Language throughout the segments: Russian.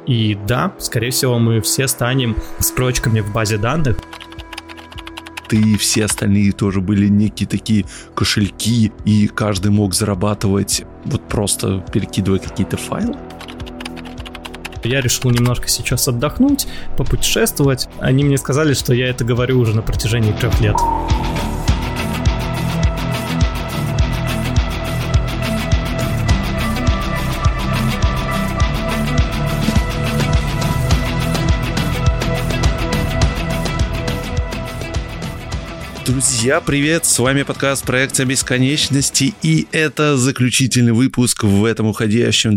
И да, скорее всего, мы все станем строчками в базе данных. Ты и все остальные тоже были некие такие кошельки, и каждый мог зарабатывать, вот просто перекидывая какие-то файлы? Я решил немножко сейчас отдохнуть, попутешествовать. Они мне сказали, что я это говорю уже на протяжении 3 лет. Друзья, привет! С вами подкаст «Проекция бесконечности», и это заключительный выпуск в этом уходящем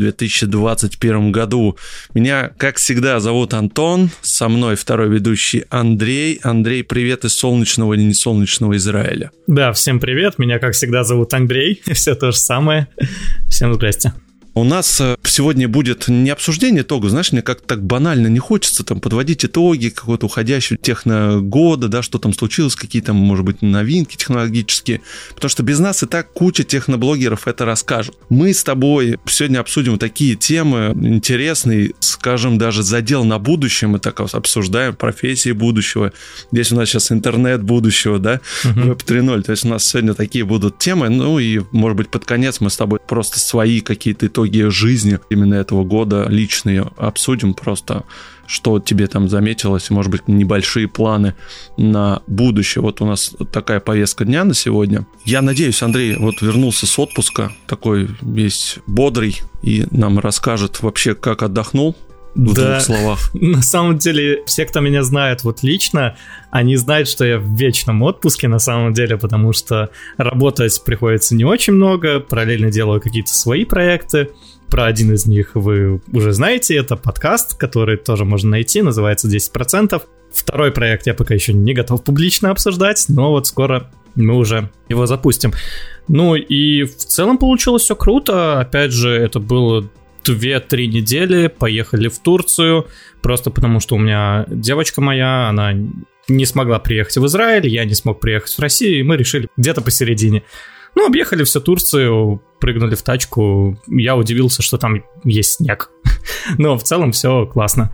2021 году. Меня, как всегда, зовут Антон, со мной второй ведущий Андрей. Андрей, привет из солнечного или не солнечного Израиля. Да, всем привет, меня, как всегда, зовут Андрей, все то же самое. Всем здрасте. У нас сегодня будет не обсуждение итогов, знаешь, мне как-то так банально не хочется там подводить итоги какого-то уходящего техногода, да, что там случилось, какие там, может быть, новинки технологические, потому что без нас и так куча техноблогеров это расскажут. Мы с тобой сегодня обсудим такие темы интересные, скажем, даже задел на будущее, мы так обсуждаем профессии будущего, здесь у нас сейчас интернет будущего, да, Web 3.0, то есть у нас сегодня такие будут темы, ну и, может быть, под конец мы с тобой просто свои какие-то итоги жизни именно этого года личные обсудим, просто что тебе там заметилось, может быть, небольшие планы на будущее. Вот у нас такая повестка дня на сегодня. Я надеюсь, Андрей вот вернулся с отпуска, такой весь бодрый, и нам расскажет вообще, как отдохнул. В 2 словах. На самом деле, все, кто меня знает вот лично, они знают, что я в вечном отпуске на самом деле, потому что работать приходится не очень много, параллельно делаю какие-то свои проекты. Про один из них вы уже знаете, это подкаст, который тоже можно найти, называется 10%. Второй проект я пока еще не готов публично обсуждать, но вот скоро мы уже его запустим. Ну и в целом получилось все круто, опять же, это было 2-3 недели, поехали в Турцию, просто потому что у меня девочка моя, она не смогла приехать в Израиль, я не смог приехать в Россию, и мы решили где-то посередине. Ну, объехали всю Турцию, прыгнули в тачку, я удивился, что там есть снег, но в целом все классно.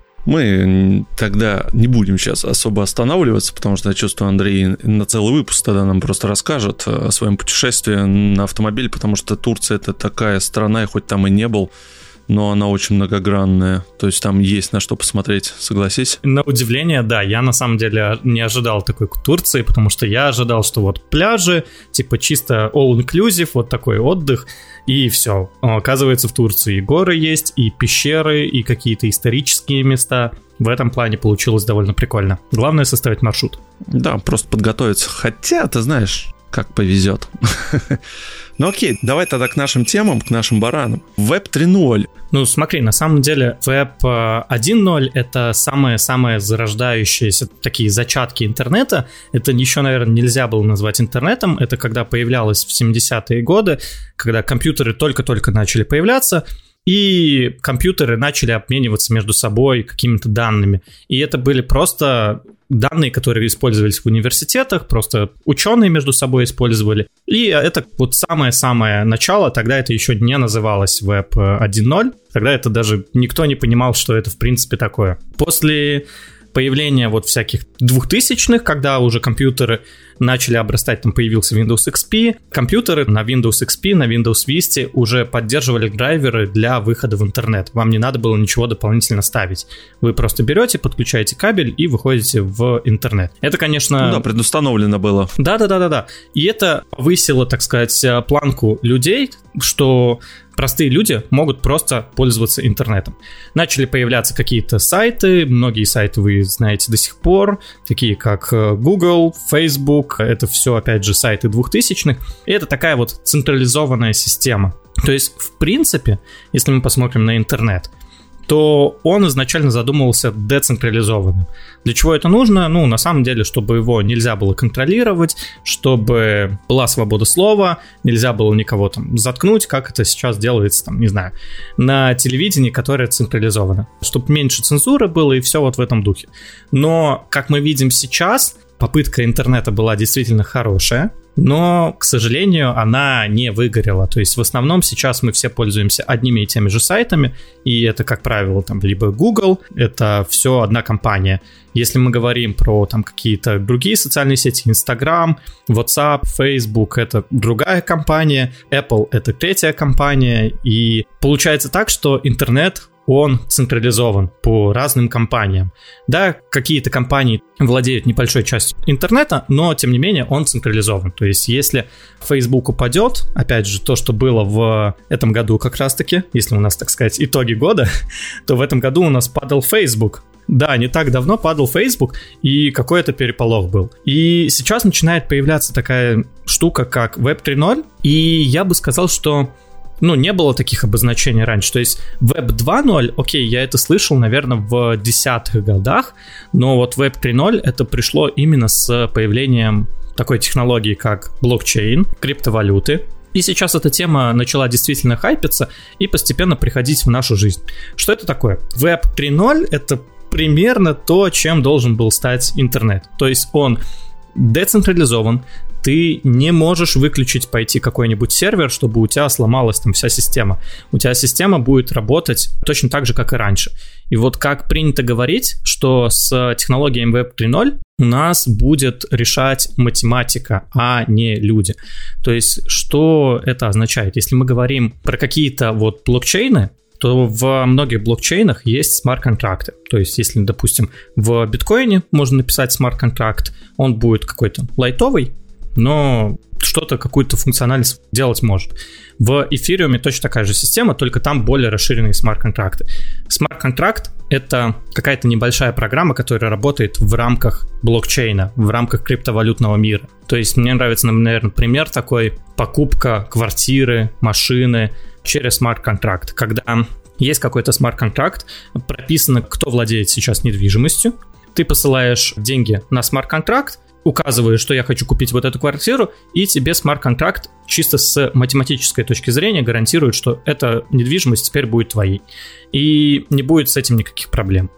Мы тогда не будем сейчас особо останавливаться, потому что я чувствую, Андрей на целый выпуск тогда нам просто расскажет о своем путешествии на автомобиле, потому что Турция — это такая страна, и хоть там и не был, но она очень многогранная, то есть там есть на что посмотреть, согласись? На удивление, да, я на самом деле не ожидал такой Турции, потому что я ожидал, что вот пляжи, типа чисто all-inclusive, вот такой отдых, и все. Оказывается, в Турции и горы есть, и пещеры, и какие-то исторические места. В этом плане получилось довольно прикольно. Главное — составить маршрут. Да, просто подготовиться. Хотя, ты знаешь, как повезет. Ну окей, давай тогда к нашим темам, к нашим баранам. Web 3.0. Ну смотри, на самом деле Web 1.0 — это самые-самые зарождающиеся такие зачатки интернета. Это еще, наверное, нельзя было назвать интернетом. Это когда появлялось в 70-е годы, когда компьютеры только-только начали появляться, и компьютеры начали обмениваться между собой какими-то данными. И это были просто данные, которые использовались в университетах, просто ученые между собой использовали. И это вот самое-самое начало, тогда это еще не называлось Web 1.0, тогда это даже никто не понимал, что это в принципе такое. После появления вот всяких 2000-х, когда уже компьютеры начали обрастать, там появился Windows XP, компьютеры на Windows XP, на Windows Vista уже поддерживали драйверы для выхода в интернет. Вам не надо было ничего дополнительно ставить. Вы просто берете, подключаете кабель и выходите в интернет. Это, конечно... Ну да, предустановлено было. Да. И это повысило, так сказать, планку людей, что простые люди могут просто пользоваться интернетом. Начали появляться какие-то сайты, многие сайты вы знаете до сих пор, такие как Google, Facebook, это все, опять же, сайты 2000-х, и это такая вот централизованная система. То есть, в принципе, если мы посмотрим на интернет, то он изначально задумывался децентрализованным. Для чего это нужно? Ну, на самом деле, чтобы его нельзя было контролировать, чтобы была свобода слова, нельзя было никого там заткнуть, как это сейчас делается, там, не знаю, на телевидении, которое централизовано. Чтобы меньше цензуры было и все вот в этом духе. Но, как мы видим сейчас, попытка интернета была действительно хорошая. но, к сожалению, она не выгорела. То есть в основном сейчас мы все пользуемся одними и теми же сайтами, и это, как правило, там либо Google, это все одна компания. Если мы говорим про там какие-то другие социальные сети, Instagram, WhatsApp, Facebook, это другая компания, Apple — это третья компания, и получается так, что интернет, он централизован по разным компаниям. Да, какие-то компании владеют небольшой частью интернета, но, тем не менее, он централизован. То есть, если Facebook упадет, опять же, то, что было в этом году как раз-таки, если у нас, так сказать, итоги года, то в этом году у нас падал Facebook. Да, не так давно падал Facebook, и какой-то переполох был. И сейчас начинает появляться такая штука, как Web 3.0, и я бы сказал, что не было таких обозначений раньше. То есть Web 2.0, окей, я это слышал, наверное, в 10-х годах, но вот Web 3.0 это пришло именно с появлением такой технологии, как блокчейн, криптовалюты. И сейчас эта тема начала действительно хайпиться и постепенно приходить в нашу жизнь. Что это такое? Web 3.0 это примерно то, чем должен был стать интернет. То есть он децентрализован, ты не можешь пойти какой-нибудь сервер, чтобы у тебя сломалась там вся система. У тебя система будет работать точно так же, как и раньше. И вот как принято говорить, что с технологией Web 3.0 у нас будет решать математика, а не люди. То есть, что это означает? Если мы говорим про какие-то вот блокчейны, то в многих блокчейнах есть смарт-контракты. То есть, если, допустим, в биткоине можно написать смарт-контракт, он будет какой-то лайтовый, но что-то, какую-то функциональность делать может. В эфириуме точно такая же система, только там более расширенные смарт-контракты. Смарт-контракт — это какая-то небольшая программа, которая работает в рамках блокчейна, в рамках криптовалютного мира. То есть мне нравится, наверное, пример такой: покупка квартиры, машины через смарт-контракт. Когда есть какой-то смарт-контракт, прописано, кто владеет сейчас недвижимостью, ты посылаешь деньги на смарт-контракт, указываешь, что я хочу купить вот эту квартиру, и тебе смарт-контракт чисто с математической точки зрения гарантирует, что эта недвижимость теперь будет твоей. И не будет с этим никаких проблем.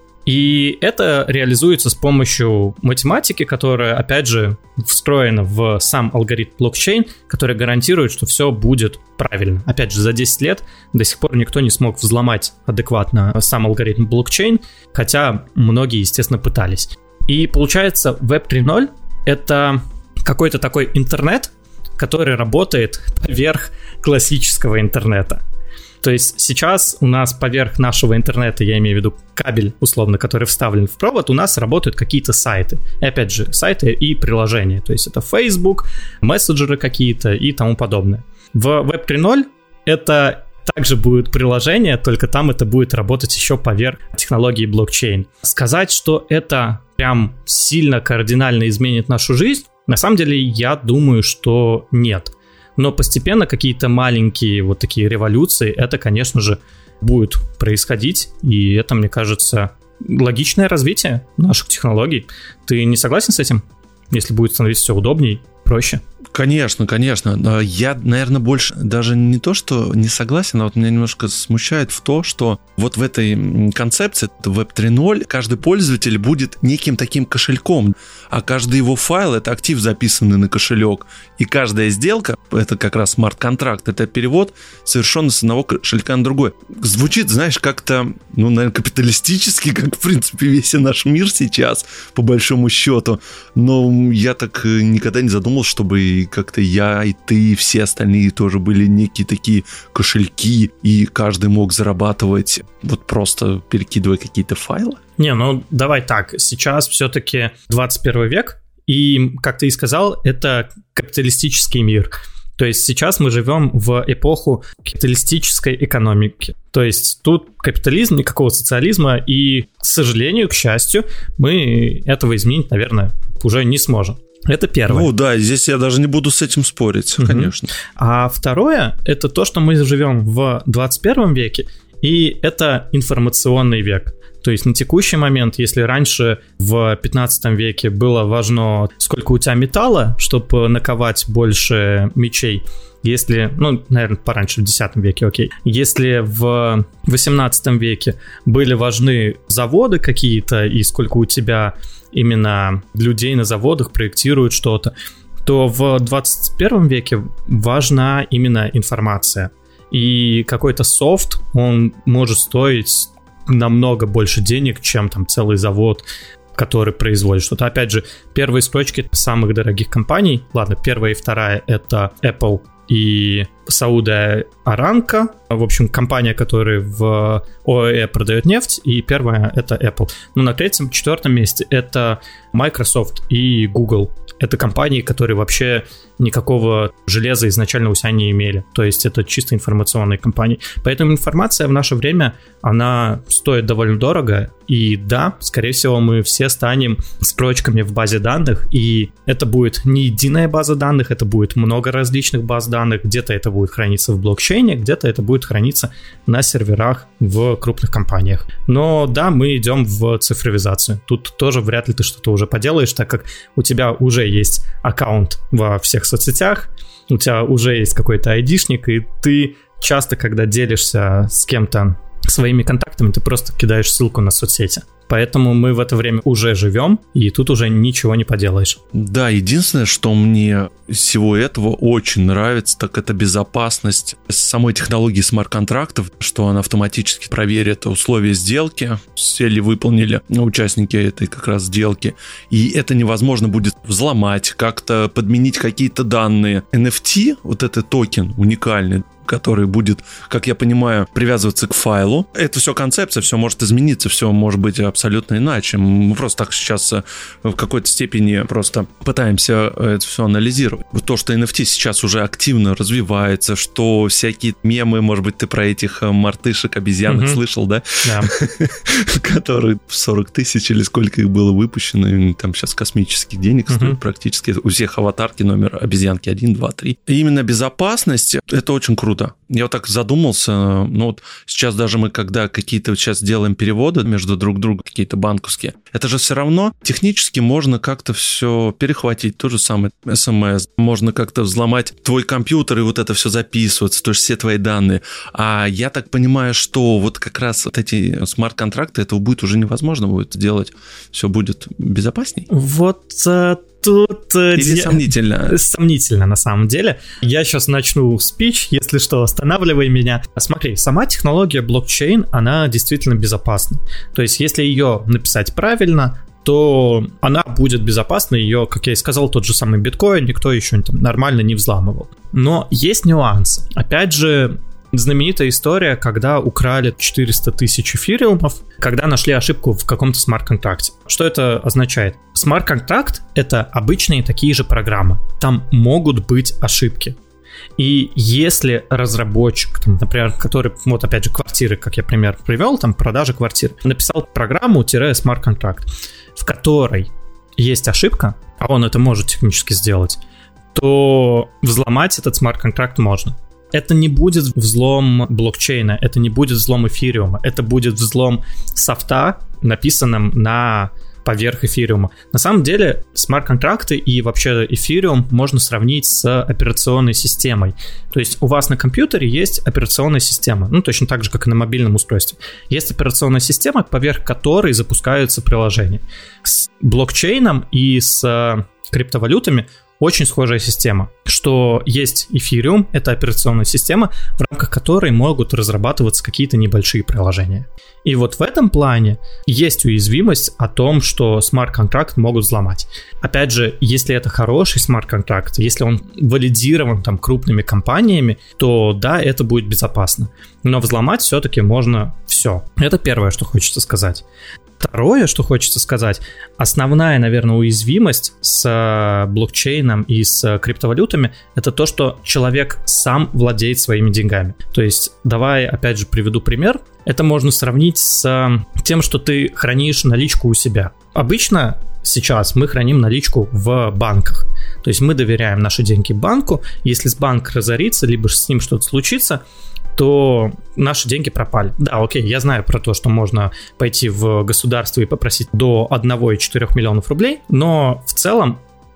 И это реализуется с помощью математики, которая, опять же, встроена в сам алгоритм блокчейн, который гарантирует, что все будет правильно. Опять же, за 10 лет до сих пор никто не смог взломать адекватно сам алгоритм блокчейн, хотя многие, естественно, пытались. И получается, Web 3.0 — это какой-то такой интернет, который работает поверх классического интернета. То есть сейчас у нас поверх нашего интернета, я имею в виду кабель, условно, который вставлен в провод, у нас работают какие-то сайты. И опять же, сайты и приложения. То есть это Facebook, мессенджеры какие-то и тому подобное. В Web 3.0 это также будет приложение, только там это будет работать еще поверх технологии блокчейн. Сказать, что это прям сильно кардинально изменит нашу жизнь, на самом деле я думаю, что нет. Но постепенно какие-то маленькие вот такие революции, это, конечно же, будет происходить. И это, мне кажется, логичное развитие наших технологий. Ты не согласен с этим? Если будет становиться все удобнее, проще? Конечно, конечно. Я, наверное, больше даже не то, что не согласен, а вот меня немножко смущает в то, что вот в этой концепции Web 3.0 каждый пользователь будет неким таким кошельком, а каждый его файл — это актив, записанный на кошелек. И каждая сделка — это как раз смарт-контракт, это перевод, совершенный с одного кошелька на другой. Звучит, знаешь, как-то, наверное, капиталистически, как, в принципе, весь наш мир сейчас, по большому счету. Но я так никогда не задумывался, чтобы как-то я и ты, и все остальные тоже были некие такие кошельки, и каждый мог зарабатывать, вот просто перекидывая какие-то файлы. Давай так, сейчас все-таки 21 век, и, как ты и сказал, это капиталистический мир. То есть сейчас мы живем в эпоху капиталистической экономики. То есть тут капитализм, никакого социализма, и, к сожалению, к счастью, мы этого изменить, наверное, уже не сможем. Это первое. Да, здесь я даже не буду с этим спорить, конечно. А второе, это то, что мы живем в 21 веке, и это информационный век. То есть на текущий момент, если раньше в 15 веке было важно, сколько у тебя металла, чтобы наковать больше мечей, если, наверное, пораньше, в 10 веке, окей. Если в 18 веке были важны заводы какие-то, и сколько у тебя именно людей на заводах проектируют что-то, то в 21 веке важна именно информация. И какой-то софт, он может стоить намного больше денег, чем там целый завод, который производит что-то. Опять же, первые строчки самых дорогих компаний, ладно, первая и вторая — это Apple и Саудия Арамко, в общем, компания, которая в ОАЭ продает нефть, и первая — это Apple. Но на третьем, четвертом месте это Microsoft и Google. Это компании, которые вообще никакого железа изначально у себя не имели. То есть это чисто информационные компании. Поэтому информация в наше время, она стоит довольно дорого. И да, скорее всего, мы все станем строчками в базе данных. И это будет не единая база данных, это будет много различных баз данных. Где-то это будет храниться в блокчейне, где-то это будет храниться на серверах в крупных компаниях. Но да, мы идем в цифровизацию. Тут тоже вряд ли ты что-то уже поделаешь, так как у тебя уже есть аккаунт во всех соцсетях, у тебя уже есть какой-то айдишник, и ты часто, когда делишься с кем-то своими контактами, ты просто кидаешь ссылку на соцсети. Поэтому мы в это время уже живем, и тут уже ничего не поделаешь. Да, единственное, что мне из всего этого очень нравится, так это безопасность самой технологии смарт-контрактов, что она автоматически проверит условия сделки, все ли выполнили участники этой как раз сделки, и это невозможно будет взломать, как-то подменить какие-то данные. NFT, вот этот токен уникальный, который будет, как я понимаю, привязываться к файлу. Это все концепция, все может измениться, все может быть абсолютно иначе. Мы просто так сейчас в какой-то степени просто пытаемся это все анализировать. То, что NFT сейчас уже активно развивается, что всякие мемы, может быть, ты про этих мартышек, обезьянок слышал, да? Да. Которые 40 тысяч или сколько их было выпущено, там сейчас космических денег стоит практически. У всех аватарки номер обезьянки 1, 2, 3. И именно безопасность, это очень круто. Я вот так задумался, ну вот сейчас даже мы, когда какие-то сейчас делаем переводы между друг другом, какие-то банковские, это же все равно технически можно как-то все перехватить, то же самое СМС, можно как-то взломать твой компьютер и вот это все записываться, то есть все твои данные. А я так понимаю, что вот как раз вот эти смарт-контракты, этого будет уже невозможно будет делать, все будет безопасней. Вот тут... Или сомнительно? Сомнительно, на самом деле. Я сейчас начну спич, если что, останавливай меня. Смотри, сама технология блокчейн, она действительно безопасна. То есть, если ее написать правильно, то она будет безопасна. Ее, как я и сказал, тот же самый биткоин никто еще там нормально не взламывал. Но есть нюансы. Опять же, знаменитая история, когда украли 400 тысяч эфириумов, когда нашли ошибку в каком-то смарт-контракте. Что это означает? Смарт-контракт — это обычные такие же программы. Там могут быть ошибки. И если разработчик, там, например, который, вот опять же, квартиры, как я пример привел, там, продажа квартир, написал программу-смарт-контракт, в которой есть ошибка, а он это может технически сделать, то взломать этот смарт-контракт можно. Это не будет взлом блокчейна, это не будет взлом эфириума, это будет взлом софта, написанным поверх эфириума. На самом деле смарт-контракты и вообще эфириум можно сравнить с операционной системой. То есть у вас на компьютере есть операционная система, ну точно так же, как и на мобильном устройстве. Есть операционная система, поверх которой запускаются приложения. С блокчейном и с криптовалютами очень схожая система, что есть эфириум, это операционная система, в рамках которой могут разрабатываться какие-то небольшие приложения. И вот в этом плане есть уязвимость о том, что смарт-контракт могут взломать. Опять же, если это хороший смарт-контракт, если он валидирован там крупными компаниями, то да, это будет безопасно. Но взломать все-таки можно все. Это первое, что хочется сказать. Второе, что хочется сказать, основная, наверное, уязвимость с блокчейном и с криптовалютами, это то, что человек сам владеет своими деньгами. То есть, давай, опять же, приведу пример. Это можно сравнить с тем, что ты хранишь наличку у себя. Обычно сейчас мы храним наличку в банках. То есть мы доверяем наши деньги банку. Если банк разорится, либо с ним что-то случится, то наши деньги пропали. Да, окей, я знаю про то, что можно пойти в государство и попросить до 1,4 миллионов рублей, но в целом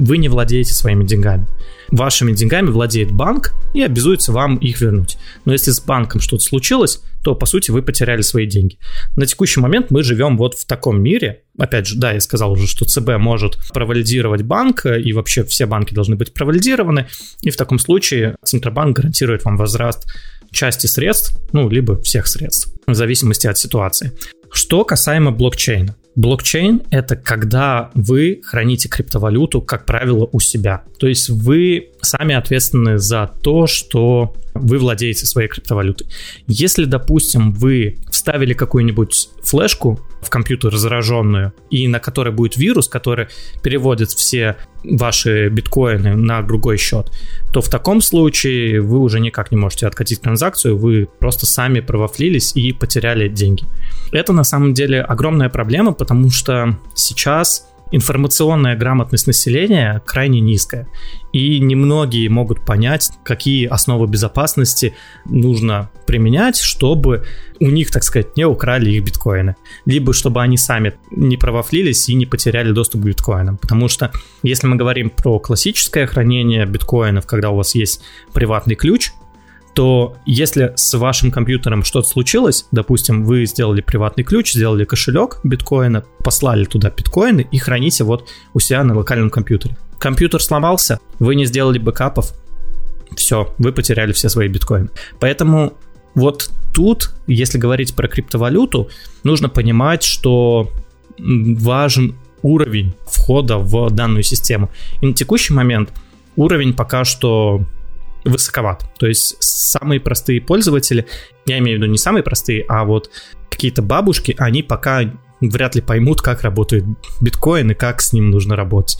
вы не владеете своими деньгами. Вашими деньгами владеет банк и обязуется вам их вернуть. Но если с банком что-то случилось, то, по сути, вы потеряли свои деньги. На текущий момент мы живем вот в таком мире. Опять же, да, я сказал уже, что ЦБ может провалидировать банк, и вообще все банки должны быть провалидированы. И в таком случае Центробанк гарантирует вам возврат части средств, либо всех средств, в зависимости от ситуации. Что касаемо блокчейна. Блокчейн – это когда вы храните криптовалюту, как правило, у себя. То есть вы сами ответственны за то, что вы владеете своей криптовалютой. Если, допустим, вы вставили какую-нибудь флешку в компьютер зараженную, и на которой будет вирус, который переводит все ваши биткоины на другой счет, то в таком случае вы уже никак не можете откатить транзакцию, вы просто сами провафлились и потеряли деньги. Это на самом деле огромная проблема, потому что сейчас информационная грамотность населения крайне низкая, и немногие могут понять, какие основы безопасности нужно применять, чтобы у них, так сказать, не украли их биткоины, либо чтобы они сами не провафлились и не потеряли доступ к биткоинам. Потому что если мы говорим про классическое хранение биткоинов, когда у вас есть приватный ключ, то если с вашим компьютером что-то случилось, допустим, вы сделали приватный ключ, сделали кошелек биткоина, послали туда биткоины и храните вот у себя на локальном компьютере. Компьютер сломался, вы не сделали бэкапов, все, вы потеряли все свои биткоины. Поэтому вот тут, если говорить про криптовалюту, нужно понимать, что важен уровень входа в данную систему. И на текущий момент уровень пока что высоковат. То есть самые простые пользователи, я имею в виду не самые простые, а вот какие-то бабушки, они пока вряд ли поймут, как работает биткоин и как с ним нужно работать.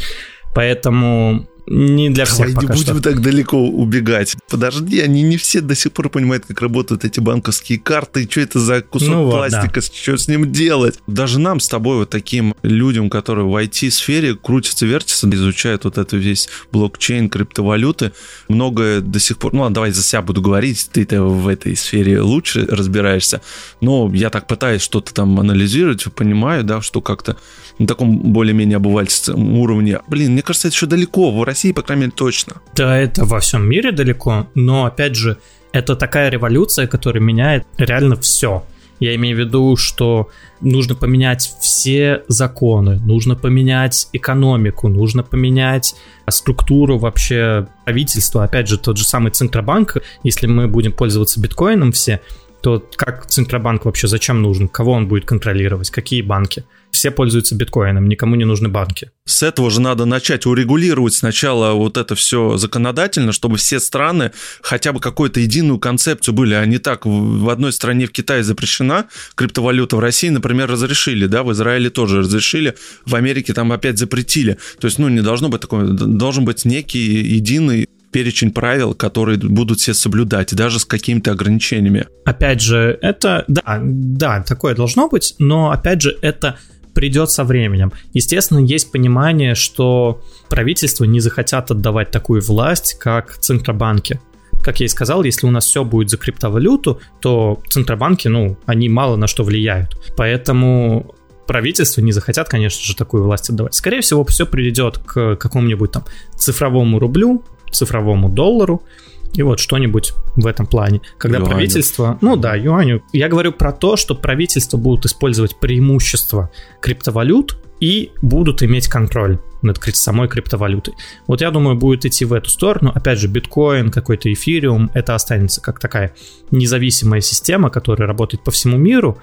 Поэтому не для всех Давай пока не что. будем так далеко убегать. Подожди, они не все до сих пор понимают, как работают эти банковские карты, что это за кусок пластика, да. Что с ним делать. Даже нам с тобой, вот таким людям, которые в IT-сфере крутятся, вертятся, изучают вот это весь блокчейн, криптовалюты, многое до сих пор... давай за себя буду говорить, ты-то в этой сфере лучше разбираешься, но я так пытаюсь что-то там анализировать, понимаю, да, что как-то на таком более-менее обывательском уровне. Мне кажется, это еще далеко, в России, по крайней мере, точно. Да, это во всем мире далеко, но, опять же, это такая революция, которая меняет реально все. Я имею в виду, что нужно поменять все законы, нужно поменять экономику, нужно поменять структуру вообще правительства. Опять же, тот же самый Центробанк, если мы будем пользоваться биткоином все, то как Центробанк вообще зачем нужен? Кого он будет контролировать? Какие банки? Все пользуются биткоином, никому не нужны банки. С этого же надо начать урегулировать сначала вот это все законодательно, чтобы все страны хотя бы какую-то единую концепцию были, а не так. В одной стране, в Китае запрещена криптовалюта, в России, например, разрешили, да, в Израиле тоже разрешили, в Америке там опять запретили. То есть, не должно быть такого, должен быть некий единый перечень правил, которые будут все соблюдать, даже с какими-то ограничениями. Опять же, это, да, такое должно быть, но, опять же, это придет со временем. Естественно, есть понимание, что правительства не захотят отдавать такую власть, как Центробанки. Как я и сказал, если у нас все будет за криптовалюту, то Центробанки, они мало на что влияют. Поэтому правительства не захотят, конечно же, такую власть отдавать. Скорее всего, все приведет к какому-нибудь там цифровому рублю, цифровому доллару, и вот что-нибудь в этом плане. Когда юаню. Правительство... юаню. Я говорю про то, что правительства будут использовать преимущества криптовалют и будут иметь контроль над самой криптовалютой. Вот я думаю, будет идти в эту сторону. Опять же, биткоин, какой-то эфириум, это останется как такая независимая система, которая работает по всему миру,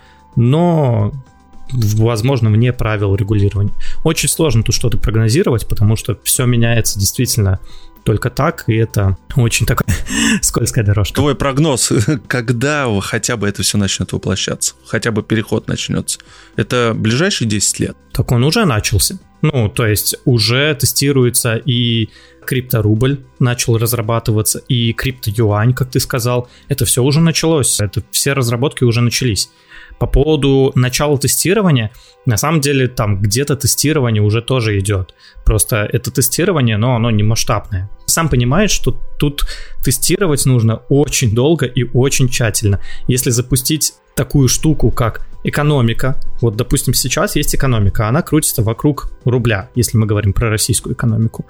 но, возможно, вне правил регулирования. Очень сложно тут что-то прогнозировать, потому что все меняется действительно только так, и это очень такая скользкая дорожка. Твой прогноз, когда хотя бы это все начнет воплощаться? Хотя бы переход начнется? Это ближайшие 10 лет? Так он уже начался. То есть уже тестируется и крипторубль начал разрабатываться, и криптоюань, как ты сказал. Это все уже началось. Это все разработки уже начались. По поводу начала тестирования, на самом деле там где-то тестирование уже тоже идет. Просто это тестирование, но оно не масштабное. Сам понимаешь, что тут тестировать нужно очень долго и очень тщательно. Если запустить такую штуку, как экономика. Вот, допустим, сейчас есть экономика, она крутится вокруг рубля, если мы говорим про российскую экономику.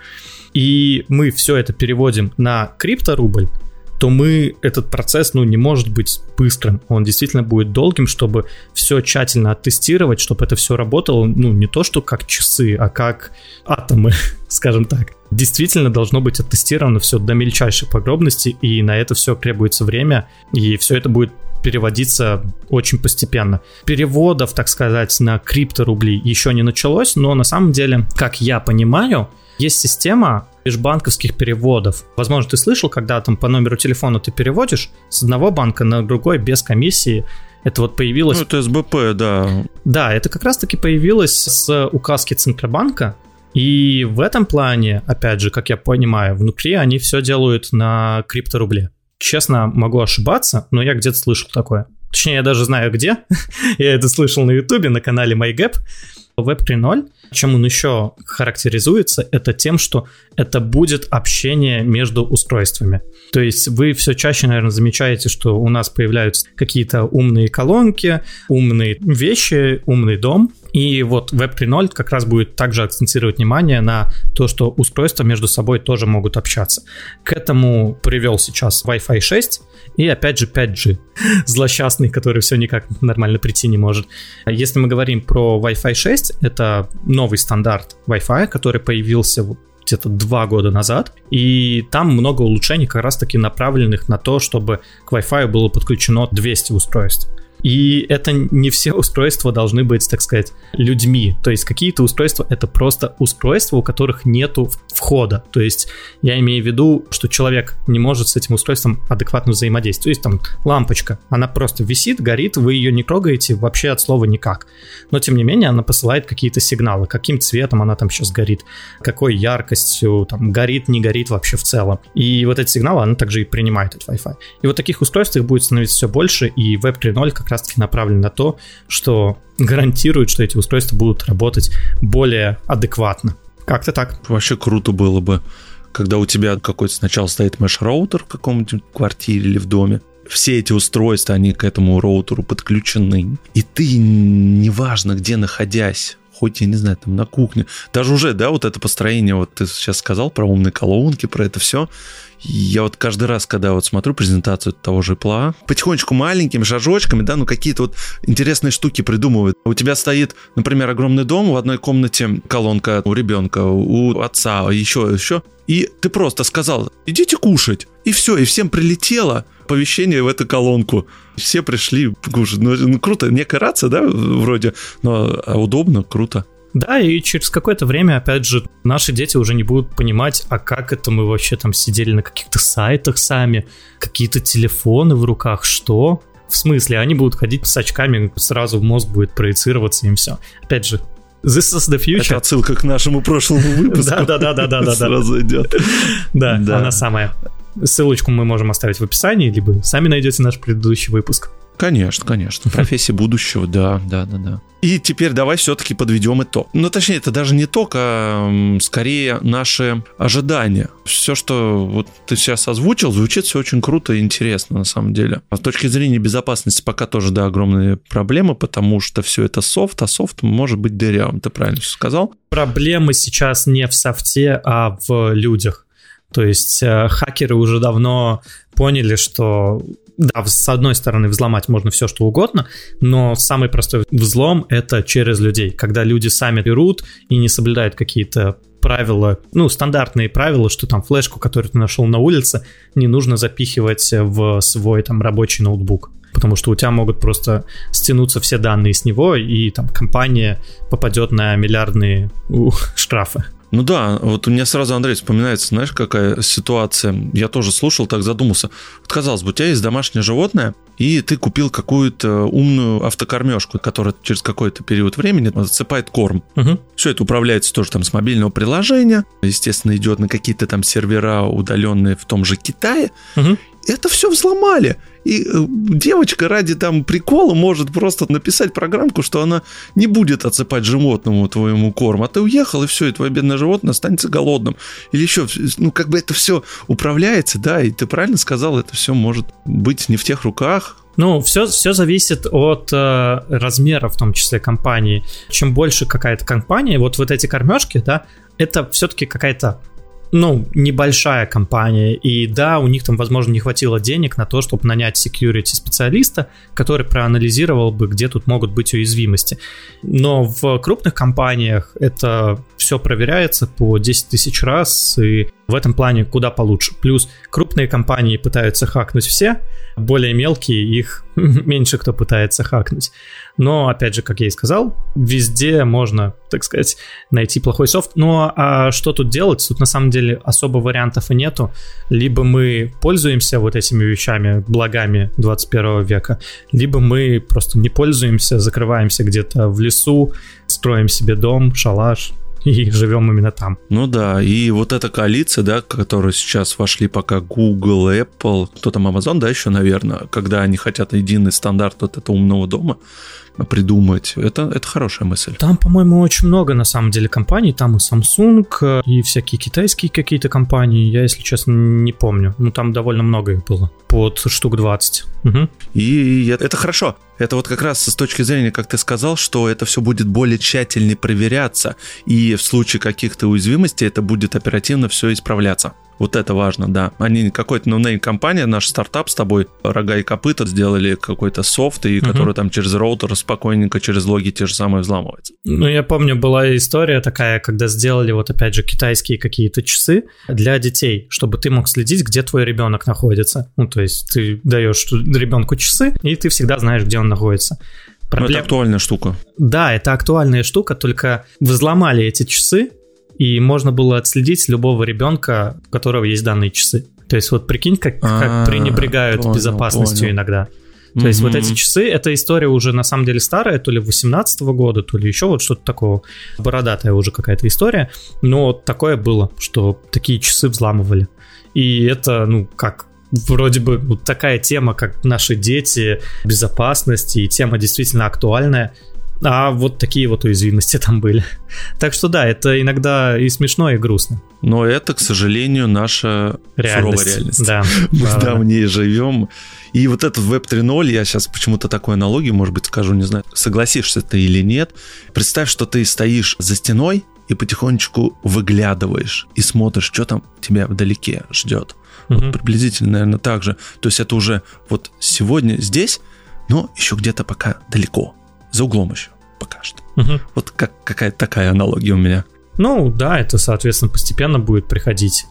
И мы все это переводим на крипторубль, то этот процесс, не может быть быстрым. Он действительно будет долгим, чтобы все тщательно оттестировать, чтобы это все работало, не то что как часы, а как атомы, скажем так. Действительно должно быть оттестировано все до мельчайших подробностей, и на это все требуется время, и все это будет переводиться очень постепенно. Переводов, так сказать, на крипторубли еще не началось, но на самом деле, как я понимаю, есть система межбанковских переводов. Возможно, ты слышал, когда там по номеру телефона ты переводишь с одного банка на другой без комиссии. Это вот появилось... это СБП, да. Да, это как раз-таки появилось с указки Центробанка. И в этом плане, опять же, как я понимаю, внутри они все делают на крипторубле. Честно, могу ошибаться, но я где-то слышал такое. Точнее, я даже знаю где. Я это слышал на Ютубе, на канале MyGap. Web 3.0, чем он еще характеризуется, это тем, что это будет общение между устройствами. То есть вы все чаще, наверное, замечаете, что у нас появляются какие-то умные колонки, умные вещи, умный дом. И вот Web 3.0 как раз будет также акцентировать внимание на то, что устройства между собой тоже могут общаться. К этому привел сейчас Wi-Fi 6 и опять же 5G, злосчастный, который все никак нормально прийти не может. Если мы говорим про Wi-Fi 6, это новый стандарт Wi-Fi, который появился где-то 2 года назад, и там много улучшений как раз-таки направленных на то, чтобы к Wi-Fi было подключено 200 устройств. И это не все устройства должны быть, так сказать, людьми. То есть какие-то устройства — это просто устройства, у которых нету входа. То есть я имею в виду, что человек не может с этим устройством адекватно взаимодействовать. То есть там лампочка, она просто висит, горит, вы ее не трогаете вообще от слова никак. Но тем не менее она посылает какие-то сигналы, каким цветом она там сейчас горит, какой яркостью, там горит, не горит вообще в целом. И вот эти сигналы она также и принимает от Wi-Fi. И вот таких устройств их будет становиться все больше, и Web 3.0 как раз-таки направлен на то, что гарантирует, что эти устройства будут работать более адекватно. Как-то так. Вообще круто было бы, когда у тебя какой-то сначала стоит меш-роутер в каком-нибудь квартире или в доме. Все эти устройства, они к этому роутеру подключены. И ты, неважно где находясь, хоть, я не знаю, там на кухне, даже уже, да, вот это построение, вот ты сейчас сказал про умные колонки, про это все. Я вот каждый раз, когда вот смотрю презентацию того же Apple, потихонечку маленькими шажочками, да, какие-то вот интересные штуки придумывают. У тебя стоит, например, огромный дом, в одной комнате колонка у ребенка, у отца, еще. И ты просто сказал: идите кушать. И все, и всем прилетело оповещение в эту колонку. Все пришли кушать. Круто, некая рация, да, вроде, но удобно, круто. Да, и через какое-то время, опять же, наши дети уже не будут понимать, а как это мы вообще там сидели на каких-то сайтах сами, какие-то телефоны в руках, что? В смысле, они будут ходить с очками, сразу в мозг будет проецироваться им все. Опять же, this is the future. Это отсылка к нашему прошлому выпуску. Да. Сразу идет. Да, она самая. Ссылочку мы можем оставить в описании, либо сами найдете наш предыдущий выпуск. Конечно. Профессия будущего, да. И теперь давай все-таки подведем итог. Точнее, это даже не итог, а скорее наши ожидания. Все, что вот ты сейчас озвучил, звучит все очень круто и интересно на самом деле. А с точки зрения безопасности пока тоже, да, огромные проблемы, потому что все это софт, а софт может быть дырявым. Ты правильно все сказал? Проблемы сейчас не в софте, а в людях. То есть хакеры уже давно поняли, что да, с одной стороны взломать можно все, что угодно, но самый простой взлом — это через людей. Когда люди сами берут и не соблюдают какие-то правила, стандартные правила, что там флешку, которую ты нашел на улице, не нужно запихивать в свой там рабочий ноутбук. Потому что у тебя могут просто стянуться все данные с него, и там компания попадет на миллиардные штрафы. Ну да, вот у меня сразу, Андрей, вспоминается, знаешь, какая ситуация. Я тоже слушал, так задумался. Вот, казалось бы, у тебя есть домашнее животное, и ты купил какую-то умную автокормежку, которая через какой-то период времени засыпает корм. Угу. Все это управляется тоже там с мобильного приложения. Естественно, идет на какие-то там сервера, удаленные в том же Китае. Угу. это все взломали. И девочка ради там прикола может просто написать программку, что она не будет отсыпать животному твоему корм, а ты уехал, и все, и твое бедное животное останется голодным. Или еще, как бы это все управляется, да, и ты правильно сказал, это все может быть не в тех руках. Все зависит от размера, в том числе, компании. Чем больше какая-то компания, вот эти кормежки, да, это все-таки какая-то небольшая компания, и да, у них там, возможно, не хватило денег на то, чтобы нанять security-специалиста, который проанализировал бы, где тут могут быть уязвимости. Но в крупных компаниях это все проверяется по 10 тысяч раз, и в этом плане куда получше. Плюс крупные компании пытаются хакнуть все, более мелкие их меньше кто пытается хакнуть. Но, опять же, как я и сказал, везде можно, так сказать, найти плохой софт. Ну, а что тут делать? Тут, на самом деле, особо вариантов и нету. Либо мы пользуемся вот этими вещами, благами 21 века, либо мы просто не пользуемся, закрываемся где-то в лесу, строим себе дом, шалаш и живем именно там. Ну да, и вот эта коалиция, да, в которую сейчас вошли пока Google, Apple, кто там, Amazon, да, еще, наверное, когда они хотят единый стандарт вот этого умного дома придумать, это хорошая мысль. Там, по-моему, очень много, на самом деле, компаний, там и Samsung, и всякие китайские какие-то компании, я, если честно, не помню, там довольно много их было, под штук 20. Угу. И это хорошо. Это вот как раз с точки зрения, как ты сказал, что это все будет более тщательно проверяться, и в случае каких-то уязвимостей это будет оперативно все исправляться. Вот это важно, да. Они какой-то ноунейм-компания, наш стартап с тобой, рога и копыта, сделали какой-то софт, и который там через роутер спокойненько, через логи те же самые взламывается. Я помню, была история такая, когда сделали вот опять же китайские какие-то часы для детей, чтобы ты мог следить, где твой ребенок находится. То есть ты даешь ребенку часы, и ты всегда знаешь, где он находится. Это актуальная штука. Да, это актуальная штука, только взломали эти часы, и можно было отследить любого ребенка, у которого есть данные часы. То есть вот прикинь, как пренебрегают безопасностью иногда. То есть вот эти часы, эта история уже на самом деле старая, то ли 18 года, то ли еще вот что-то такого, бородатая уже какая-то история, но такое было, что такие часы взламывали. И это, вроде бы вот такая тема, как наши дети, безопасность, и тема действительно актуальная. А вот такие вот уязвимости там были. Так что да, это иногда и смешно, и грустно. Но это, к сожалению, наша суровая реальность. Да, мы в ней живем. И вот этот Web 3.0, я сейчас почему-то такую аналогию, может быть, скажу, не знаю, согласишься ты или нет. Представь, что ты стоишь за стеной и потихонечку выглядываешь и смотришь, что там тебя вдалеке ждет. Вот приблизительно, наверное, так же. То есть это уже вот сегодня здесь, но еще где-то пока далеко. За углом еще пока что. Вот какая-то такая аналогия у меня. Да, это, соответственно, постепенно будет приходить.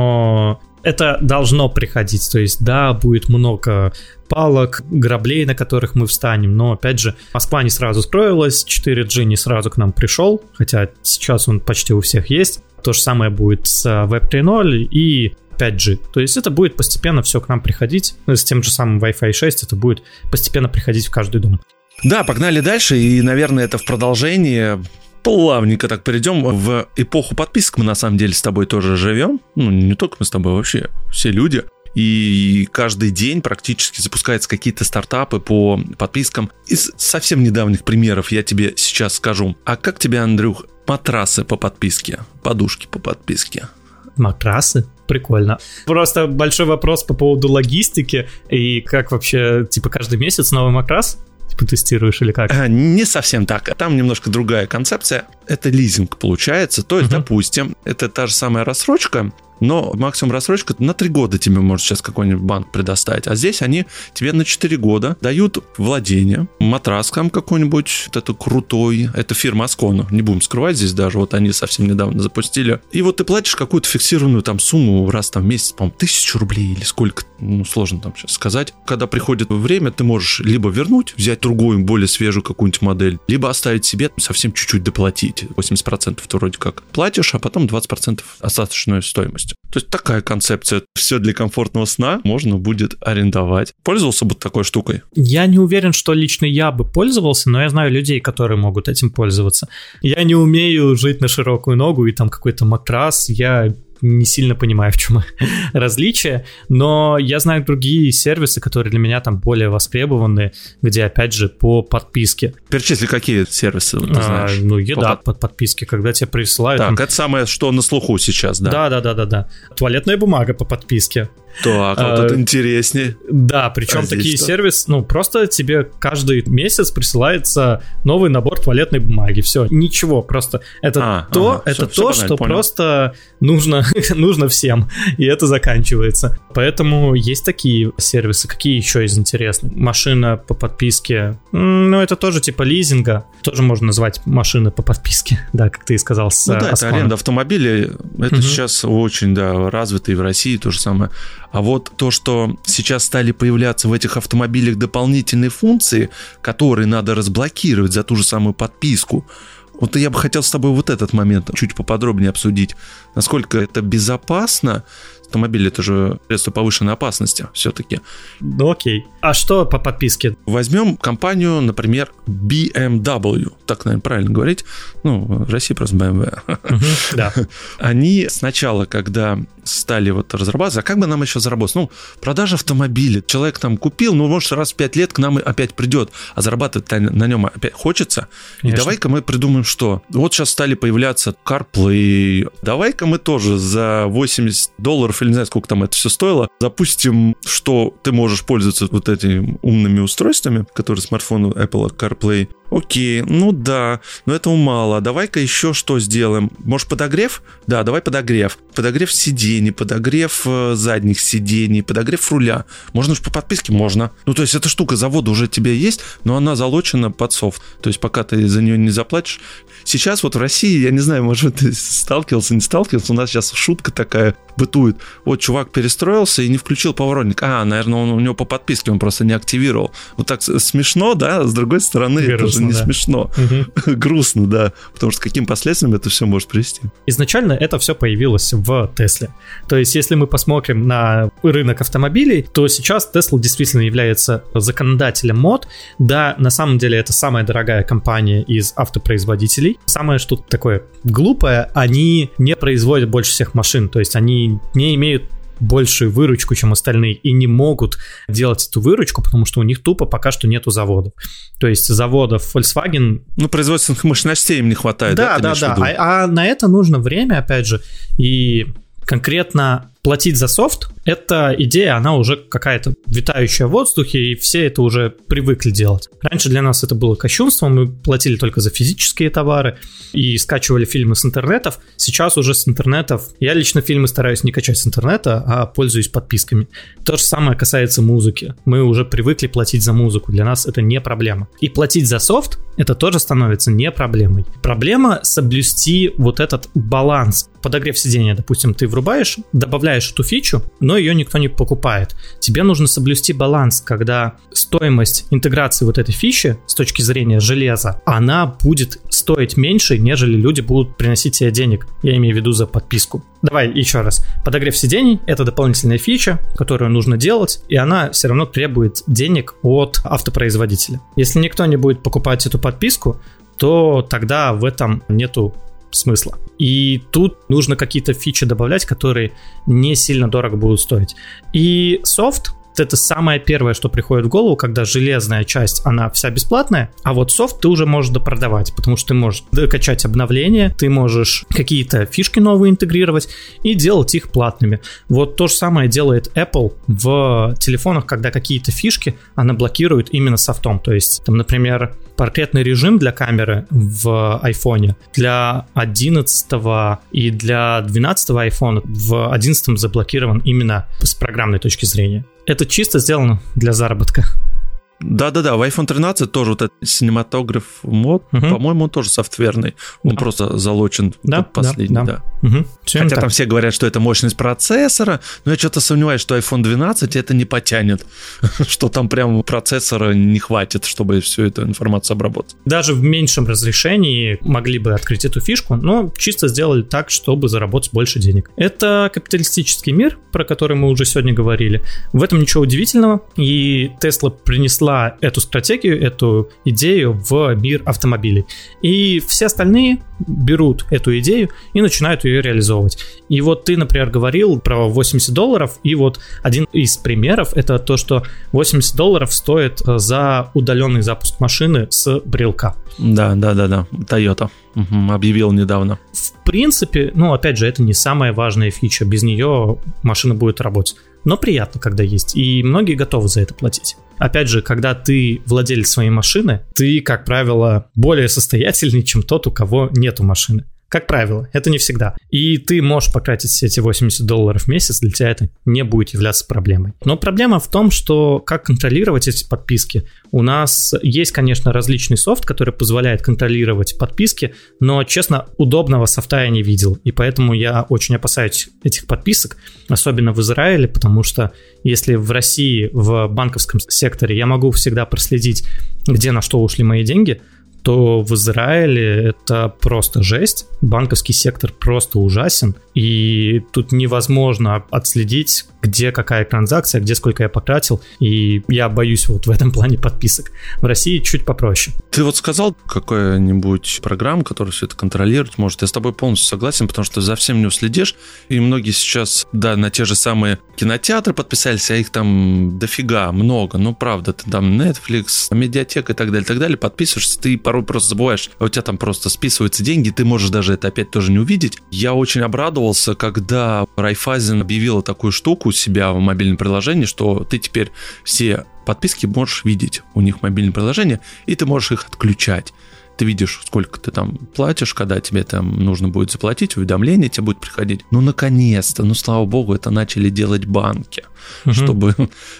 Но это должно приходить. То есть, да, будет много палок, граблей, на которых мы встанем. Но, опять же, Москва не сразу строилась, 4G не сразу к нам пришел. Хотя сейчас он почти у всех есть. То же самое будет с Web 3.0 и 5G. То есть это будет постепенно все к нам приходить. С тем же самым Wi-Fi 6 это будет постепенно приходить в каждый дом. Да, погнали дальше, и, наверное, это в продолжение. Плавненько так перейдем в эпоху подписок. Мы, на самом деле, с тобой тоже живем. Не только мы с тобой, вообще все люди. И каждый день практически запускаются какие-то стартапы по подпискам. Из совсем недавних примеров я тебе сейчас скажу. А как тебе, Андрюх, матрасы по подписке, подушки по подписке? Матрасы? Прикольно. Просто большой вопрос по поводу логистики. И как вообще, каждый месяц новый матрас? Тестируешь или как? Не совсем так. Там немножко другая концепция. Это лизинг получается. То есть, допустим, это та же самая рассрочка, но максимум рассрочка на 3 года тебе может сейчас какой-нибудь банк предоставить. А здесь они тебе на 4 года дают владение. Матрас там какой-нибудь, вот это крутой. Это фирма Ascona. Не будем скрывать здесь даже. Вот они совсем недавно запустили. И вот ты платишь какую-то фиксированную там сумму раз там в месяц, по-моему, 1000 рублей или сколько. Сложно там сейчас сказать. Когда приходит время, ты можешь либо вернуть, взять другую, более свежую какую-нибудь модель, либо оставить себе, совсем чуть-чуть доплатить. 80% ты вроде как платишь, а потом 20% остаточную стоимость. То есть такая концепция. Все для комфортного сна можно будет арендовать. Пользовался бы такой штукой? Я не уверен, что лично я бы пользовался, но я знаю людей, которые могут этим пользоваться. Я не умею жить на широкую ногу и там какой-то матрас. Я не сильно понимаю, в чем различие, но я знаю другие сервисы, которые для меня там более востребованы, где, опять же, по подписке. Перечисли, какие сервисы ты знаешь? Еда по подписке, когда тебе присылают... Так, это самое, что на слуху сейчас, да? Да. Туалетная бумага по подписке. Так, вот это интереснее. Да, причем такие сервисы, просто тебе каждый месяц присылается новый набор туалетной бумаги. Все, ничего, просто это что просто нужно всем, и это заканчивается. Поэтому есть такие сервисы. Какие еще из интересных? Машина по подписке. Это тоже типа лизинга. Тоже можно назвать машина по подписке, да, как ты и сказал. Это аренда автомобилей. Это сейчас очень, развито и в России то же самое. А вот то, что сейчас стали появляться в этих автомобилях дополнительные функции, которые надо разблокировать за ту же самую подписку, вот я бы хотел с тобой вот этот момент чуть поподробнее обсудить. Насколько это безопасно? Автомобиль — это же средство повышенной опасности все-таки. Окей. А что по подписке? Возьмем компанию, например, BMW. Так, наверное, правильно говорить. В России просто BMW. Да. Они сначала, когда стали разрабатывать, а как бы нам еще заработать? Продажа автомобиля. Человек там купил, может, раз в 5 лет к нам опять придет, а зарабатывать на нем опять хочется. Конечно. И давай-ка мы придумаем, что. Вот сейчас стали появляться CarPlay. Давай-ка мы тоже за $80, или не знаю, сколько там это все стоило, запустим, что ты можешь пользоваться вот этими умными устройствами, которые смартфоны Apple CarPlay. Окей, да, но этого мало. Давай-ка еще что сделаем? Может, подогрев? Да, давай подогрев. Подогрев сидений, подогрев задних сидений, подогрев руля. Можно же по подписке? Можно. То есть эта штука завода уже у тебя есть, но она залочена под софт. То есть пока ты за нее не заплатишь. Сейчас в России, я не знаю, может, ты сталкивался, не сталкивался, у нас сейчас шутка такая бытует. Вот чувак перестроился и не включил поворотник. Наверное, у него по подписке, он просто не активировал. Вот так смешно, да? С другой стороны, грустно, это же не смешно. Грустно, да. Потому что к каким последствиям это все может привести? Изначально это все появилось в Тесле. То есть, если мы посмотрим на рынок автомобилей, то сейчас Tesla действительно является законодателем мод. Да, на самом деле это самая дорогая компания из автопроизводителей. Самое, что такое глупое, они не производят больше всех машин. То есть, они не имеют большую выручку, чем остальные, и не могут делать эту выручку, потому что у них тупо пока что нету заводов. То есть заводов Volkswagen... производственных мощностей им не хватает, да? Да. А на это нужно время, опять же, и конкретно платить за софт, эта идея, она уже какая-то витающая в воздухе, и все это уже привыкли делать. Раньше для нас это было кощунством, мы платили только за физические товары и скачивали фильмы с интернетов. Сейчас уже с интернетов... Я лично фильмы стараюсь не качать с интернета, а пользуюсь подписками. То же самое касается музыки. Мы уже привыкли платить за музыку, для нас это не проблема. И платить за софт, это тоже становится не проблемой. Проблема соблюсти вот этот баланс. Подогрев сидения, допустим, ты врубаешь, добавляешь эту фичу, но ее никто не покупает. Тебе нужно соблюсти баланс, когда стоимость интеграции вот этой фичи с точки зрения железа, она будет стоить меньше, нежели люди будут приносить тебе денег. Я имею в виду за подписку. Давай еще раз. Подогрев сидений — это дополнительная фича, которую нужно делать, и она все равно требует денег от автопроизводителя. Если никто не будет покупать эту подписку, то тогда в этом нету смысла. И тут нужно какие-то фичи добавлять, которые не сильно дорого будут стоить. И софт — это самое первое, что приходит в голову, когда железная часть, она вся бесплатная, а вот софт ты уже можешь допродавать, потому что ты можешь докачать обновления, ты можешь какие-то фишки новые интегрировать и делать их платными. Вот то же самое делает Apple в телефонах, когда какие-то фишки она блокирует именно софтом. То есть, там, например, портретный режим для камеры в айфоне для 11 и для 12 айфона в 11 заблокирован именно с программной точки зрения. Это чисто сделано для заработка. Да-да-да, в iPhone 13 тоже вот этот синематограф мод, по-моему, он тоже софтверный. Он просто залочен под последний, да. Хотя там все говорят, что это мощность процессора, но я что-то сомневаюсь, что iPhone 12 это не потянет, что там прям процессора не хватит, чтобы всю эту информацию обработать. Даже в меньшем разрешении могли бы открыть эту фишку, но чисто сделали так, чтобы заработать больше денег. Это капиталистический мир, про который мы уже сегодня говорили. В этом ничего удивительного, и Tesla принесла принесла эту стратегию, эту идею в мир автомобилей. И все остальные берут эту идею и начинают ее реализовывать. И вот ты, например, говорил про $80, и вот один из примеров — это то, что $80 стоит за удаленный запуск машины с брелка. Да, Toyota объявил недавно. В принципе, опять же, это не самая важная фича, без нее машина будет работать. Но приятно, когда есть, и многие готовы за это платить. Опять же, когда ты владелец своей машины, ты, как правило, более состоятельный, чем тот, у кого нету машины. Как правило, это не всегда. И ты можешь потратить эти $80 в месяц, для тебя это не будет являться проблемой. Но проблема в том, что как контролировать эти подписки. У нас есть, конечно, различный софт, который позволяет контролировать подписки, но, честно, удобного софта я не видел. И поэтому я очень опасаюсь этих подписок, особенно в Израиле, потому что если в России, в банковском секторе я могу всегда проследить, где на что ушли мои деньги, то в Израиле это просто жесть. Банковский сектор просто ужасен. И тут невозможно отследить, где какая транзакция, где сколько я потратил. И я боюсь вот в этом плане подписок. В России чуть попроще. Ты вот сказал какая-нибудь программа, которая все это контролирует, может, я с тобой полностью согласен, потому что за всем не уследишь. И многие сейчас, на те же самые кинотеатры подписались, а их там дофига, много. Ну, правда, ты там Netflix, медиатека и так далее, подписываешься, ты порой просто забываешь, а у тебя там просто списываются деньги, ты можешь даже это опять тоже не увидеть. Я очень обрадовался, когда Райффайзен объявила такую штуку у себя в мобильном приложении, что ты теперь все подписки можешь видеть у них в мобильном приложении, и ты можешь их отключать. Ты видишь, сколько ты там платишь, когда тебе там нужно будет заплатить, уведомление тебе будет приходить. Наконец-то, слава богу, это начали делать банки, чтобы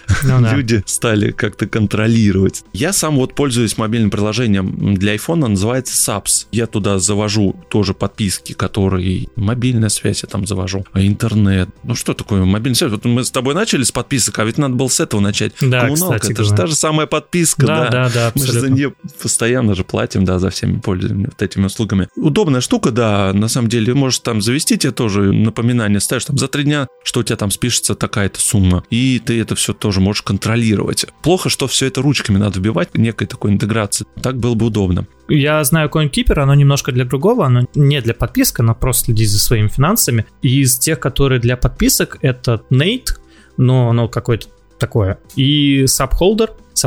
люди стали как-то контролировать. Я сам вот пользуюсь мобильным приложением для iPhone, называется Subs. Я туда завожу тоже подписки, которые мобильная связь я там завожу, интернет. Что такое мобильная связь? Вот мы с тобой начали с подписок, а ведь надо было с этого начать. Да, коммуналка, кстати, это же та же самая подписка. Да, мы же за нее постоянно же платим, за всеми пользуемся вот этими услугами. Удобная штука, на самом деле, можешь там завести, тебе тоже напоминание ставишь там за 3 дня, что у тебя там спишется такая-то сумма, и ты это все тоже можешь контролировать. Плохо, что все это ручками надо вбивать, некой такой интеграции. Так было бы удобно. Я знаю CoinKeeper, оно немножко для другого, оно не для подписки, оно просто следит за своими финансами. И из тех, которые для подписок, это Nate, но оно какое-то такое. И Subholder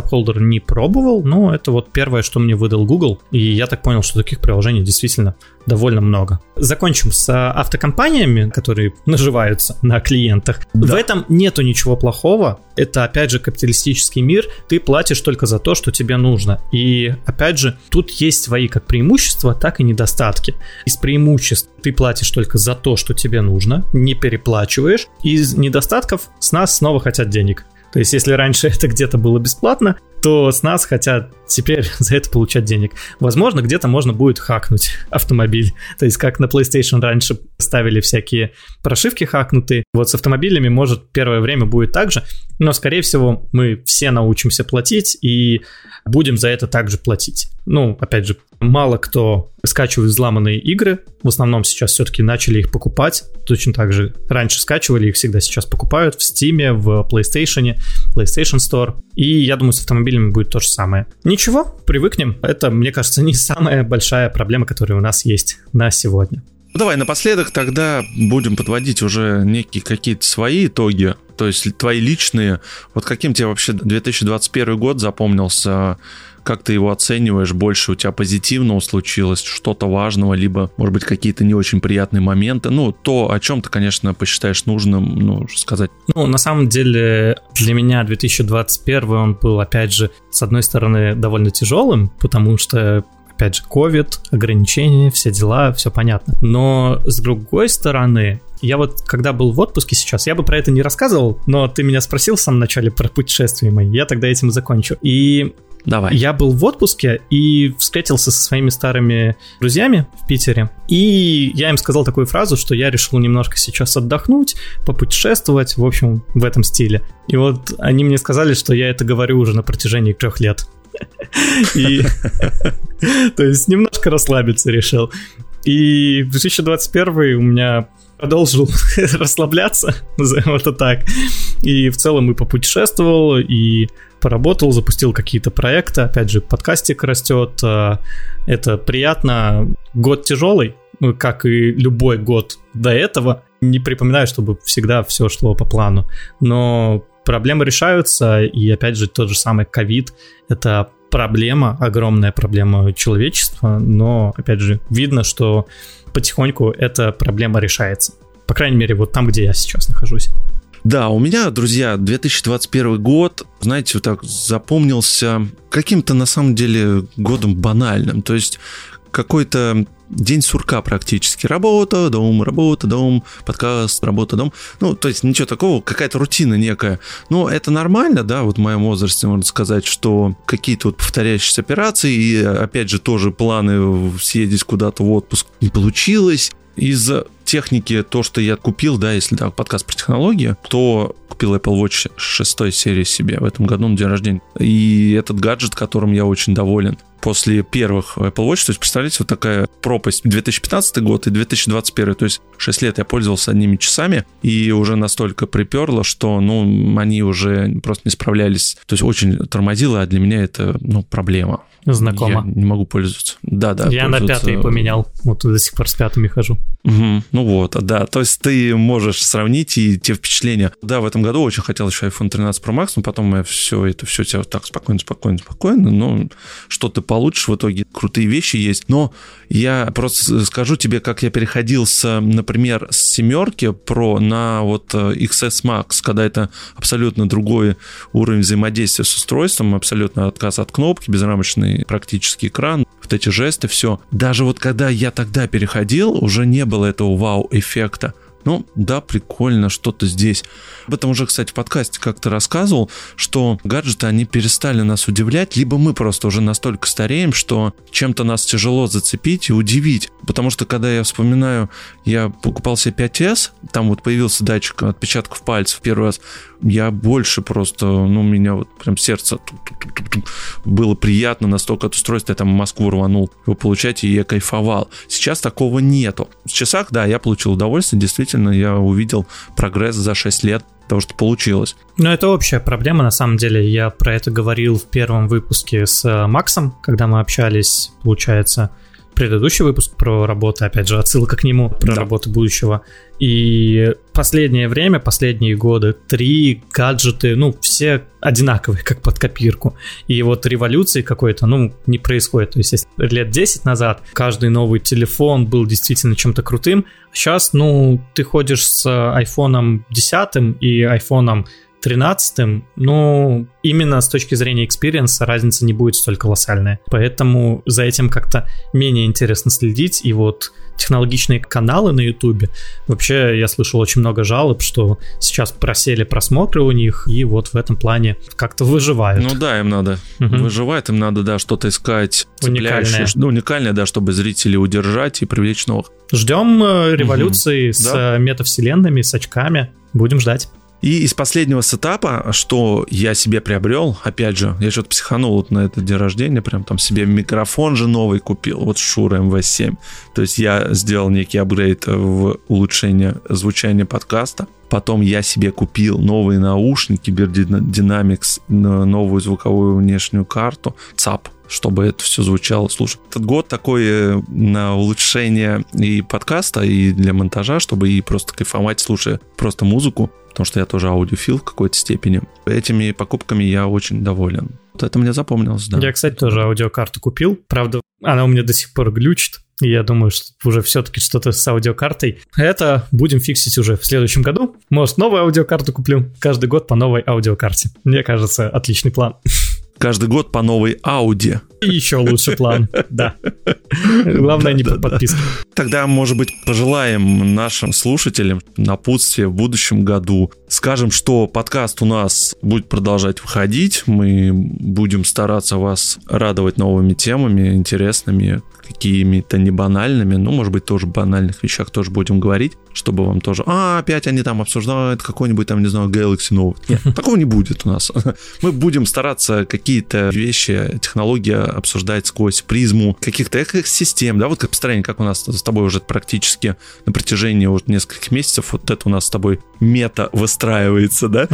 не пробовал, но это вот первое, что мне выдал Google, и я так понял, что таких приложений действительно довольно много. Закончим с автокомпаниями, которые наживаются на клиентах. Да. В этом нету ничего плохого, это опять же капиталистический мир, ты платишь только за то, что тебе нужно. И опять же, тут есть свои как преимущества, так и недостатки. Из преимуществ ты платишь только за то, что тебе нужно, не переплачиваешь. Из недостатков с нас снова хотят денег. То есть, если раньше это где-то было бесплатно, то с нас хотят теперь за это получать денег. Возможно, где-то можно будет хакнуть автомобиль. То есть, как на PlayStation раньше ставили всякие прошивки хакнутые. Вот с автомобилями, может, первое время будет так же, но, скорее всего, мы все научимся платить и будем за это также платить. Опять же, мало кто скачивает взломанные игры. В основном сейчас все-таки начали их покупать. Точно так же раньше скачивали, их всегда сейчас покупают в Steam, в PlayStation Store. И я думаю, с автомобилями будет то же самое. Ничего, привыкнем. Это, мне кажется, не самая большая проблема, которая у нас есть на сегодня. Давай напоследок тогда будем подводить уже некие какие-то свои итоги, то есть твои личные. Вот каким тебе вообще 2021 год запомнился? Как ты его оцениваешь? Больше у тебя позитивного случилось, что-то важного, либо, может быть, какие-то не очень приятные моменты? То, о чем ты, конечно, посчитаешь нужным, сказать. На самом деле, для меня 2021 он был, опять же, с одной стороны, довольно тяжелым, потому что, опять же, COVID, ограничения, все дела, все понятно. Но, с другой стороны, я вот, когда был в отпуске сейчас, я бы про это не рассказывал, но ты меня спросил в самом начале про путешествия мои, я тогда этим и закончу. И давай. Я был в отпуске и встретился со своими старыми друзьями в Питере. И я им сказал такую фразу, что я решил немножко сейчас отдохнуть, попутешествовать, в общем, в этом стиле. И вот они мне сказали, что я это говорю уже на протяжении 3 лет. И то есть немножко расслабиться решил. И 2021 у меня продолжил расслабляться, назовем это так. И в целом и попутешествовал, и поработал, запустил какие-то проекты. Опять же, подкастик растет. Это приятно. Год тяжелый, как и любой год до этого. Не припоминаю, чтобы всегда все шло по плану. Но проблемы решаются, и опять же, тот же самый ковид — это проблема, огромная проблема человечества, но, опять же, видно, что потихоньку эта проблема решается. По крайней мере, вот там, где я сейчас нахожусь. Да, у меня, друзья, 2021 год, знаете, вот так запомнился каким-то, на самом деле, годом банальным. То есть какой-то день сурка практически. Работа, дом, подкаст, работа, дом. Ну, то есть ничего такого, какая-то рутина некая. Но это нормально, да, вот в моем возрасте можно сказать, что какие-то вот повторяющиеся операции, и опять же тоже планы съездить куда-то в отпуск не получилось. Из техники, то, что я купил, да, если да, подкаст про технологии, то купил Apple Watch 6 серии себе в этом году на день рождения. И этот гаджет, которым я очень доволен. После первых Apple Watch, то есть, представляете, вот такая пропасть. 2015 год и 2021, то есть 6 лет я пользовался одними часами, и уже настолько приперло, что, ну, они уже просто не справлялись. То есть очень тормозило, а для меня это, ну, проблема. Знакомо. Я не могу пользоваться. Да. Я на 5-й поменял, вот до сих пор с 5-ми хожу. Угу. Ну вот, да, то есть ты можешь сравнить и те впечатления. Да, в этом году очень хотел еще iPhone 13 Pro Max, но потом я все тебя так спокойно, но что ты получишь в итоге, крутые вещи есть. Но я просто скажу тебе, как я переходил например, с 7 Pro на вот XS Max, когда это абсолютно другой уровень взаимодействия с устройством, абсолютно отказ от кнопки, безрамочный практически экран, вот эти жесты, все. Даже вот когда я тогда переходил, уже не было этого вау-эффекта. Ну, да, прикольно, что-то здесь. Об этом уже, кстати, в подкасте как-то рассказывал, что гаджеты, они перестали нас удивлять, либо мы просто уже настолько стареем, что чем-то нас тяжело зацепить и удивить. Потому что, когда я вспоминаю, я покупал себе 5S, там вот появился датчик отпечатков пальцев первый раз, я больше просто, ну, у меня вот прям сердце было приятно настолько от устройства, я там в Москву рванул его получать, и я кайфовал. Сейчас такого нету. В часах, да, я получил удовольствие, действительно, я увидел прогресс за 6 лет того, что получилось. Ну, это общая проблема, на самом деле. Я про это говорил в первом выпуске с Максом, когда мы общались, получается, предыдущий выпуск про работу, опять же, отсылка к нему, про работу будущего. И последнее время, последние годы, 3 гаджеты, ну, все одинаковые, как под копирку. И вот революции какой-то, ну, не происходит. То есть лет 10 назад каждый новый телефон был действительно чем-то крутым. Сейчас, ну, ты ходишь с iPhone 10 и iPhone 13, ну, именно с точки зрения экспириенса разница не будет столь колоссальная. Поэтому за этим как-то менее интересно следить. И вот технологичные каналы на Ютубе, вообще я слышал очень много жалоб, что сейчас просели просмотры у них, и вот в этом плане как-то выживают. Ну да, им надо выживать, им надо, да, что-то искать уникальное, да, чтобы зрителей удержать и привлечь новых. Ждем революции с метавселенными, с очками, будем ждать. И из последнего сетапа, что я себе приобрел, опять же, я что-то психанул вот на это день рождения, прям там себе микрофон же новый купил, вот Shure MV7. То есть я сделал некий апгрейд в улучшение звучания подкаста. Потом я себе купил новые наушники Birdynamics, новую звуковую внешнюю карту, ЦАП, чтобы это все звучало. Слушай, этот год такой на улучшение и подкаста, и для монтажа, чтобы и просто кайфовать, слушая просто музыку, потому что я тоже аудиофил в какой-то степени. Этими покупками я очень доволен. Вот это мне запомнилось, да. Я, кстати, тоже аудиокарту купил. Правда, она у меня до сих пор глючит. И я думаю, что уже все-таки что-то с аудиокартой. Это будем фиксить уже в следующем году. Может, новую аудиокарту куплю. Каждый год по новой аудиокарте. Мне кажется, отличный план. Каждый год по новой Ауди. И еще лучше план, да. Главное, не под подписку. Тогда, может быть, пожелаем нашим слушателям напутствия в будущем году. Скажем, что подкаст у нас будет продолжать выходить. Мы будем стараться вас радовать новыми темами, интересными, какими-то не банальными, может быть, тоже банальных вещах тоже будем говорить, чтобы вам тоже, опять они там обсуждают какой-нибудь там, не знаю, Galaxy Note. Нет, такого не будет у нас. Мы будем стараться какие-то вещи, технологии обсуждать сквозь призму каких-то экосистем, да, вот как построение, как у нас с тобой уже практически на протяжении уже нескольких месяцев, вот это у нас с тобой мета выстраивается, да?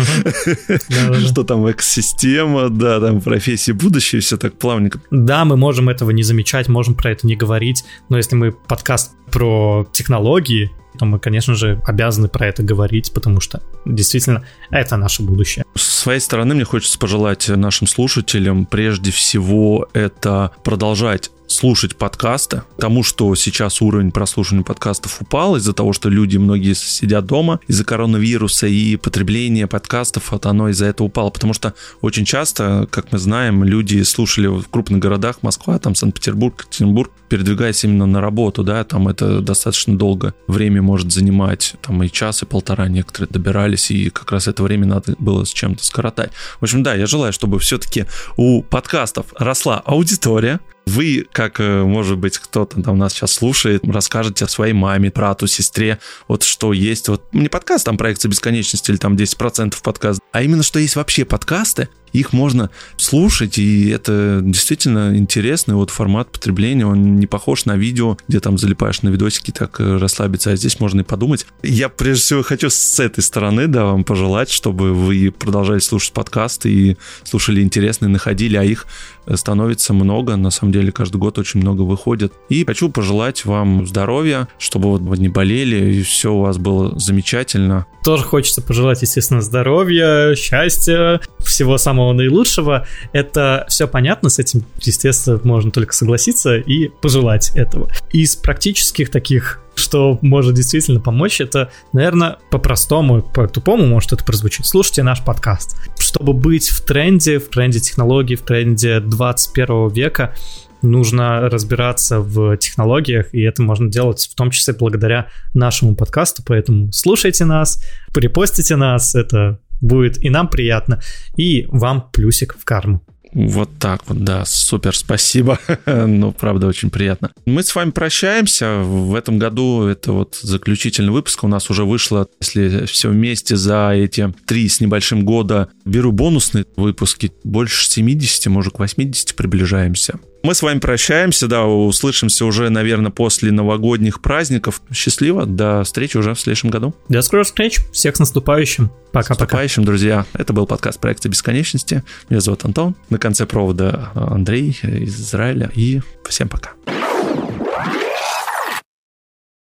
Что там экосистема, да, там профессии будущее, все так плавненько. Да, мы можем этого не замечать, можем про это не говорить, но если мы подкаст про технологии, то мы, конечно же, обязаны про это говорить, потому что действительно это наше будущее. С своей стороны мне хочется пожелать нашим слушателям прежде всего это продолжать слушать подкасты, потому что сейчас уровень прослушивания подкастов упал из-за того, что люди многие сидят дома из-за коронавируса, и потребление подкастов, вот оно из-за этого упало, потому что очень часто, как мы знаем, люди слушали в крупных городах, Москва, там Санкт-Петербург, Екатеринбург, передвигаясь именно на работу, да, там это достаточно долго время может занимать, там и час, и полтора некоторые добирались, и как раз это время надо было с чем-то скоротать. В общем, да, я желаю, чтобы все-таки у подкастов росла аудитория. Вы, как, может быть, кто-то там нас сейчас слушает, расскажете о своей маме, брату, сестре, вот что есть, вот не подкаст, там проекция бесконечности или там 10% подкаст, а именно что есть вообще подкасты, их можно слушать, и это действительно интересный вот формат потребления, он не похож на видео, где там залипаешь на видосики, так расслабиться, а здесь можно и подумать. Я прежде всего хочу с этой стороны, да, вам пожелать, чтобы вы продолжали слушать подкасты и слушали интересные, находили, а их становится много, на самом деле каждый год очень много выходит. И хочу пожелать вам здоровья, чтобы вот вы не болели, и все у вас было замечательно. Тоже хочется пожелать, естественно, здоровья, счастья, всего самого наилучшего. Это все понятно, с этим, естественно, можно только согласиться и пожелать этого. Из практических таких, что может действительно помочь, это, наверное, по-простому, по-тупому может это прозвучит. Слушайте наш подкаст. Чтобы быть в тренде технологий, в тренде 21 века, нужно разбираться в технологиях, и это можно делать в том числе благодаря нашему подкасту, поэтому слушайте нас, репостите нас, это будет и нам приятно, и вам плюсик в карму. Вот так вот, да, супер, спасибо, ну, правда, очень приятно. Мы с вами прощаемся, в этом году это вот заключительный выпуск, у нас уже вышло, если все вместе за эти 3 с небольшим года, беру бонусные выпуски, больше 70, может, к 80 приближаемся. Мы с вами прощаемся, да, услышимся уже, наверное, после новогодних праздников. Счастливо, до встречи уже в следующем году. До скорых встреч, всех с наступающим. Пока-пока. С наступающим, друзья. Это был подкаст «Проекция бесконечности». Меня зовут Антон. На конце провода Андрей из Израиля. И всем пока.